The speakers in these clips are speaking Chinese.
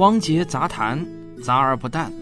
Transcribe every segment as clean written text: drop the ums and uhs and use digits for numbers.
汪杰杂谈，杂而不淡。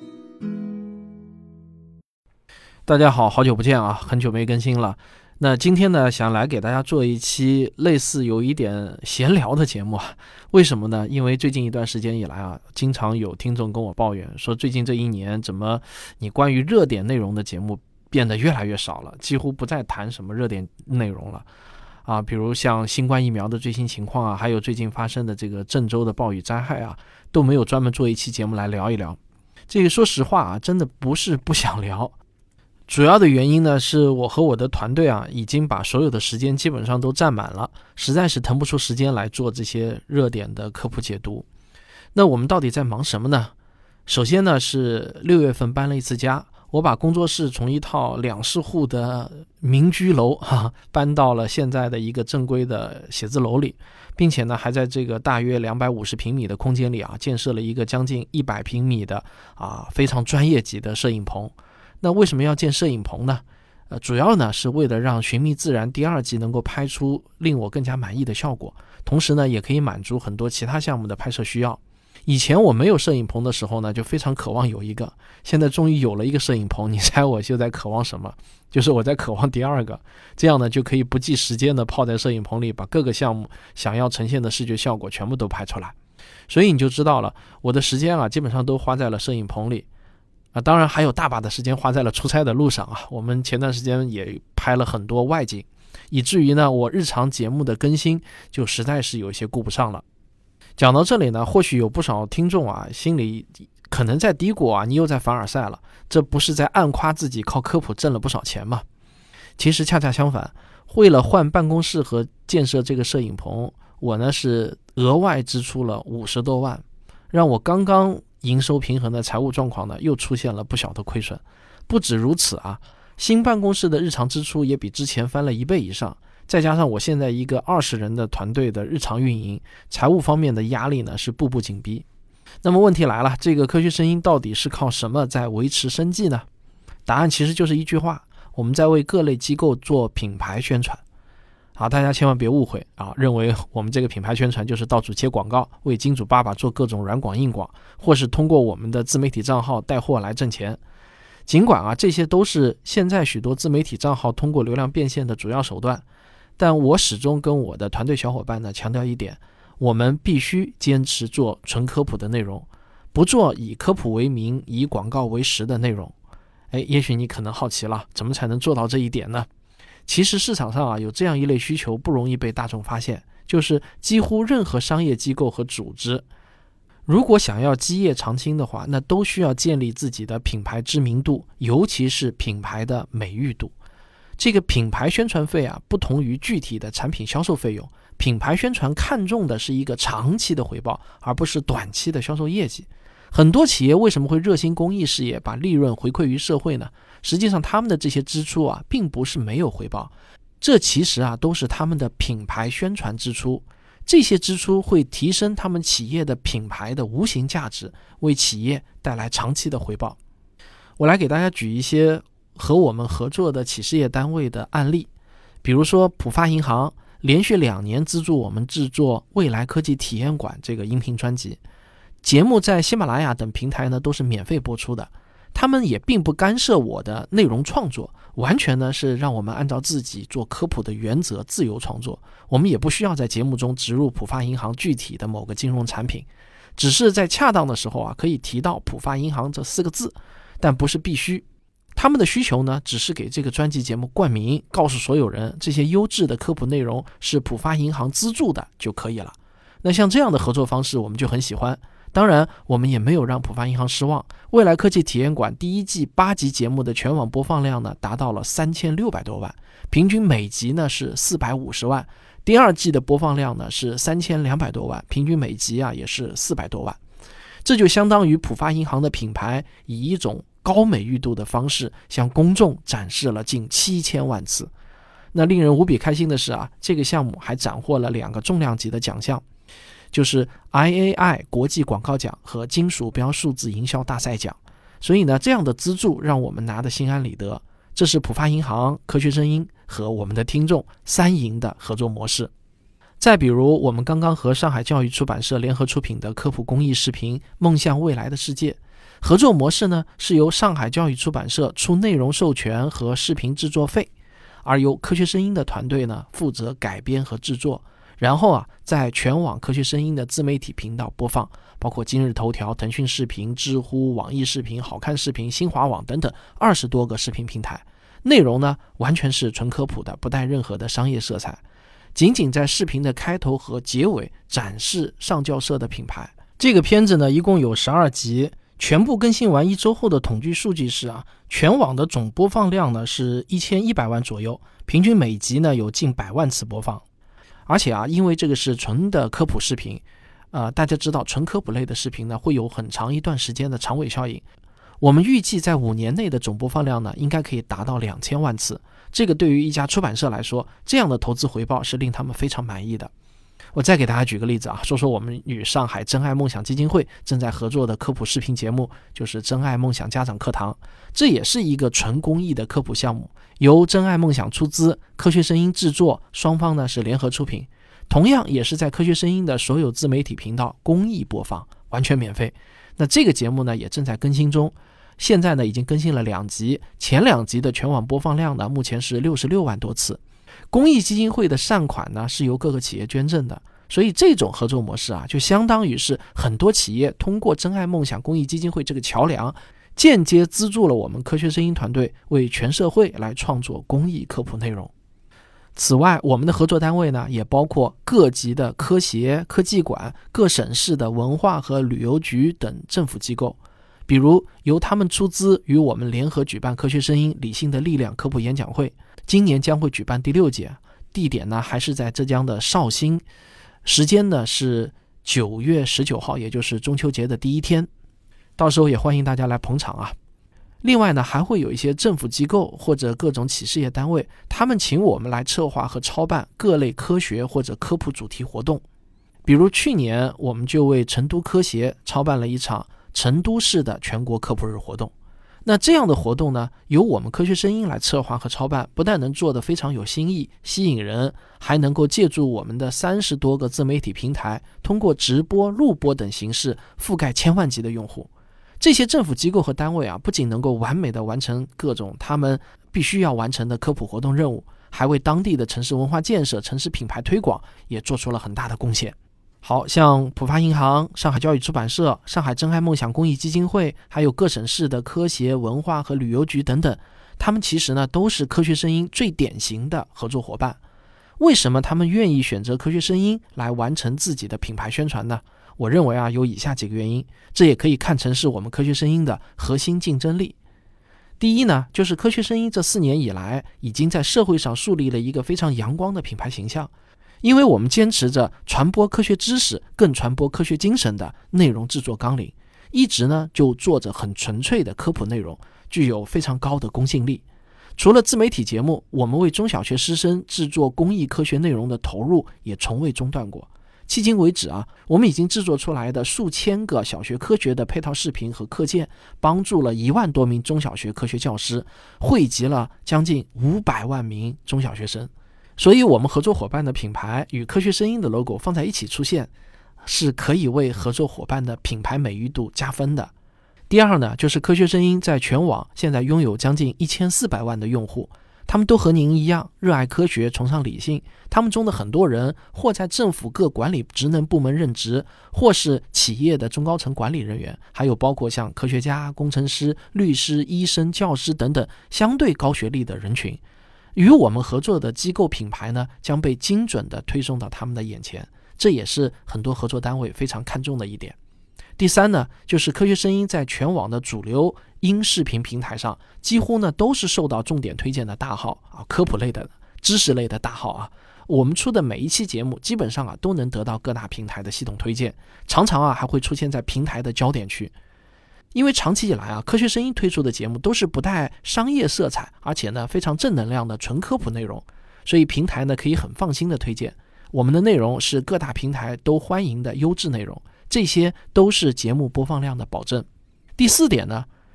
大家好，好久不见啊，很久没更新了。那今天呢，想来给大家做一期类似有一点闲聊的节目。为什么呢？因为最近一段时间以来啊，经常有听众跟我抱怨说，最近这一年怎么你关于热点内容的节目变得越来越少了，几乎不再谈什么热点内容了啊，比如像新冠疫苗的最新情况啊，还有最近发生的这个郑州的暴雨灾害啊，都没有专门做一期节目来聊一聊。这个说实话啊，真的不是不想聊，主要的原因呢，是我和我的团队啊，已经把所有的时间基本上都占满了，实在是腾不出时间来做这些热点的科普解读。那我们到底在忙什么呢？首先呢，是6月份搬了一次家，我把工作室从一套2室户的民居楼搬到了现在的一个正规的写字楼里，并且呢，还在这个大约250平米的空间里啊，建设了一个将近100平米的非常专业级的摄影棚。那为什么要建摄影棚呢？主要呢是为了让《寻觅自然》第2季能够拍出令我更加满意的效果，同时呢也可以满足很多其他项目的拍摄需要。以前我没有摄影棚的时候呢，就非常渴望有一个，现在终于有了一个摄影棚，你猜我就在渴望什么？就是我在渴望第2个，这样呢就可以不计时间的泡在摄影棚里，把各个项目想要呈现的视觉效果全部都拍出来。所以你就知道了，我的时间基本上都花在了摄影棚里。当然还有大把的时间花在了出差的路上啊。我们前段时间也拍了很多外景，以至于呢我日常节目的更新就实在是有些顾不上了。讲到这里呢，或许有不少听众心里可能在嘀咕你又在凡尔赛了，这不是在暗夸自己靠科普挣了不少钱吗？其实恰恰相反，为了换办公室和建设这个摄影棚，我呢是额外支出了50多万，让我刚刚营收平衡的财务状况呢又出现了不小的亏损。不止如此新办公室的日常支出也比之前翻了1倍以上，再加上我现在一个20人的团队的日常运营，财务方面的压力呢是步步紧逼。那么问题来了，这个科学声音到底是靠什么在维持生计呢？答案其实就是一句话，我们在为各类机构做品牌宣传。大家千万别误会认为我们这个品牌宣传就是到处接广告，为金主爸爸做各种软广硬广，或是通过我们的自媒体账号带货来挣钱。尽管这些都是现在许多自媒体账号通过流量变现的主要手段，但我始终跟我的团队小伙伴呢强调一点，我们必须坚持做纯科普的内容，不做以科普为名以广告为实的内容。也许你可能好奇了，怎么才能做到这一点呢？其实市场上有这样一类需求不容易被大众发现，就是几乎任何商业机构和组织如果想要基业长青的话，那都需要建立自己的品牌知名度，尤其是品牌的美誉度。这个品牌宣传费不同于具体的产品销售费用，品牌宣传看重的是一个长期的回报，而不是短期的销售业绩。很多企业为什么会热心公益事业，把利润回馈于社会呢？实际上他们的这些支出并不是没有回报，这其实都是他们的品牌宣传支出。这些支出会提升他们企业的品牌的无形价值，为企业带来长期的回报。我来给大家举一些和我们合作的企事业单位的案例，比如说浦发银行连续2年资助我们制作未来科技体验馆这个音频专辑，节目在喜马拉雅等平台呢都是免费播出的，他们也并不干涉我的内容创作，完全呢是让我们按照自己做科普的原则自由创作。我们也不需要在节目中植入浦发银行具体的某个金融产品，只是在恰当的时候可以提到浦发银行这4个字，但不是必须。他们的需求呢，只是给这个专辑节目冠名，告诉所有人这些优质的科普内容是浦发银行资助的就可以了。那像这样的合作方式我们就很喜欢。当然我们也没有让浦发银行失望，未来科技体验馆第1季8集节目的全网播放量呢达到了3600多万，平均每集呢是450万，第2季的播放量呢是3200多万，平均每集也是400多万。这就相当于浦发银行的品牌以一种高美誉度的方式向公众展示了近7000万次。那令人无比开心的是这个项目还斩获了2个重量级的奖项，就是 IAI 国际广告奖和金鼠标数字营销大赛奖。所以呢，这样的资助让我们拿得心安理得。这是浦发银行、科学声音和我们的听众3赢的合作模式。 再比如我们刚刚和上海教育出版社联合出品的科普公益视频《梦向未来的世界》，合作模式呢是由上海教育出版社出内容授权和视频制作费，而由科学声音的团队呢负责改编和制作，然后在全网科学声音的自媒体频道播放，包括今日头条、腾讯视频、知乎、网易视频、好看视频、新华网等等20多个视频平台。内容呢完全是纯科普的，不带任何的商业色彩，仅仅在视频的开头和结尾展示上教社的品牌。这个片子呢一共有12集，全部更新完1周后的统计数据是全网的总播放量呢是1100万左右，平均每集呢有近100万次播放。而且因为这个是纯的科普视频，大家知道纯科普类的视频呢会有很长一段时间的长尾效应，我们预计在5年内的总播放量呢应该可以达到2000万次。这个对于一家出版社来说，这样的投资回报是令他们非常满意的。我再给大家举个例子说说我们与上海真爱梦想基金会正在合作的科普视频节目，就是真爱梦想家长课堂。这也是一个纯公益的科普项目，由真爱梦想出资，科学声音制作，双方呢是联合出品，同样也是在科学声音的所有自媒体频道公益播放，完全免费。那这个节目呢也正在更新中，现在呢已经更新了2集，前2集的全网播放量呢目前是66万多次。公益基金会的善款呢是由各个企业捐赠的，所以这种合作模式就相当于是很多企业通过真爱梦想公益基金会这个桥梁，间接资助了我们科学声音团队为全社会来创作公益科普内容。此外，我们的合作单位呢也包括各级的科协、科技馆、各省市的文化和旅游局等政府机构，比如由他们出资与我们联合举办科学声音理性的力量科普演讲会，今年将会举办第6届，地点呢还是在浙江的绍兴，时间呢是9月19号，也就是中秋节的第1天，到时候也欢迎大家来捧场另外呢，还会有一些政府机构或者各种企事业单位，他们请我们来策划和操办各类科学或者科普主题活动。比如去年我们就为成都科协操办了一场成都市的全国科普日活动。那这样的活动呢，由我们科学声音来策划和操办，不但能做得非常有新意吸引人，还能够借助我们的30多个自媒体平台，通过直播、录播等形式覆盖1000万级的用户。这些政府机构和单位不仅能够完美的完成各种他们必须要完成的科普活动任务，还为当地的城市文化建设、城市品牌推广也做出了很大的贡献。好像浦发银行、上海教育出版社、上海真爱梦想公益基金会，还有各省市的科协、文化和旅游局等等，他们其实呢都是科学声音最典型的合作伙伴。为什么他们愿意选择科学声音来完成自己的品牌宣传呢？我认为有以下几个原因，这也可以看成是我们科学声音的核心竞争力。第一呢，就是科学声音这4年以来已经在社会上树立了一个非常阳光的品牌形象，因为我们坚持着传播科学知识更传播科学精神的内容制作纲领，一直呢就做着很纯粹的科普内容，具有非常高的公信力。除了自媒体节目，我们为中小学师生制作公益科学内容的投入也从未中断过。迄今为止我们已经制作出来的数千个小学科学的配套视频和课件，帮助了1万多名中小学科学教师，汇集了将近500万名中小学生。所以我们合作伙伴的品牌与科学声音的 logo 放在一起出现，是可以为合作伙伴的品牌美誉度加分的。第二呢，就是科学声音在全网现在拥有将近1400万的用户，他们都和您一样热爱科学，崇尚理性。他们中的很多人或在政府各管理职能部门任职，或是企业的中高层管理人员，还有包括像科学家、工程师、律师、医生、教师等等相对高学历的人群。与我们合作的机构品牌呢，将被精准地推送到他们的眼前，这也是很多合作单位非常看重的一点。第三呢，就是科学声音在全网的主流音视频平台上，几乎呢都是受到重点推荐的大号科普类的、知识类的大号我们出的每一期节目基本上都能得到各大平台的系统推荐，常常还会出现在平台的焦点区。因为长期以来科学声音推出的节目都是不带商业色彩，而且呢非常正能量的纯科普内容，所以平台呢可以很放心的推荐我们的内容，是各大平台都欢迎的优质内容，这些都是节目播放量的保证。第四点呢，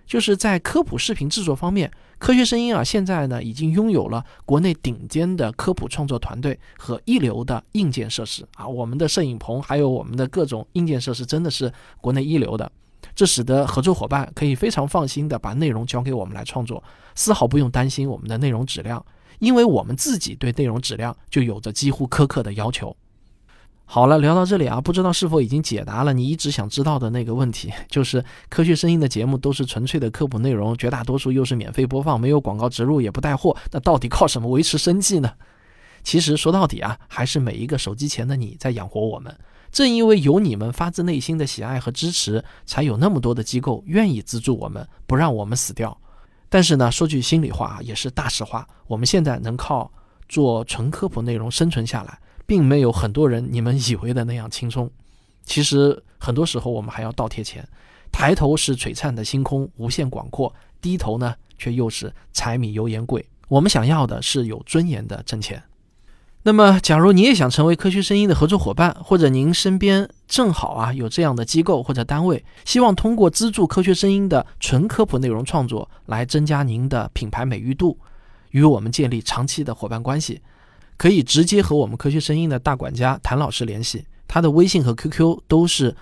就是在科普视频制作方面，科学声音啊，现在呢已经拥有了国内顶尖的科普创作团队和一流的硬件设施啊，我们的摄影棚还有我们的各种硬件设施真的是国内一流的，这使得合作伙伴可以非常放心的把内容交给我们来创作，丝毫不用担心我们的内容质量，因为我们自己对内容质量就有着几乎苛刻的要求。好了，聊到这里啊，不知道是否已经解答了你一直想知道的那个问题，就是科学声音的节目都是纯粹的科普内容，绝大多数又是免费播放，没有广告植入，也不带货，那到底靠什么维持生计呢？其实说到底啊，还是每一个手机前的你在养活我们。正因为有你们发自内心的喜爱和支持，才有那么多的机构愿意资助我们，不让我们死掉。但是呢，说句心里话，也是大实话，我们现在能靠做纯科普内容生存下来，并没有很多人你们以为的那样轻松。其实很多时候我们还要倒贴钱，抬头是璀璨的星空，无限广阔，低头呢却又是柴米油盐贵。我们想要的是有尊严的挣钱。那么假如你也想成为科学声音的合作伙伴，或者您身边正好啊有这样的机构或者单位，希望通过资助科学声音的纯科普内容创作来增加您的品牌美誉度，与我们建立长期的伙伴关系，可以直接和我们科学声音的大管家谭老师联系，他的微信和 QQ 都是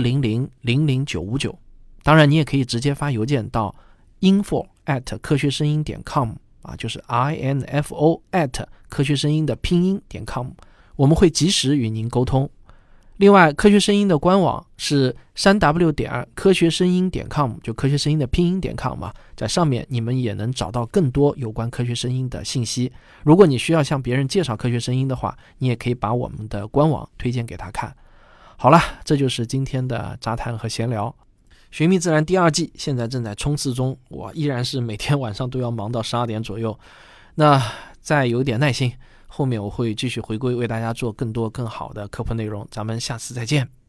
400-00959。当然你也可以直接发邮件到 info@ 科学声音.com啊，就是 info@ 科学声音的拼音.com， 我们会及时与您沟通。另外，科学声音的官网是3w. 科学声音.com， 就科学声音的拼音.com 嘛，在上面你们也能找到更多有关科学声音的信息。如果你需要向别人介绍科学声音的话，你也可以把我们的官网推荐给他看。好了，这就是今天的杂谈和闲聊。寻觅自然第2季现在正在冲刺中，我依然是每天晚上都要忙到12点左右。那再有点耐心，后面我会继续回归，为大家做更多更好的科普内容。咱们下次再见。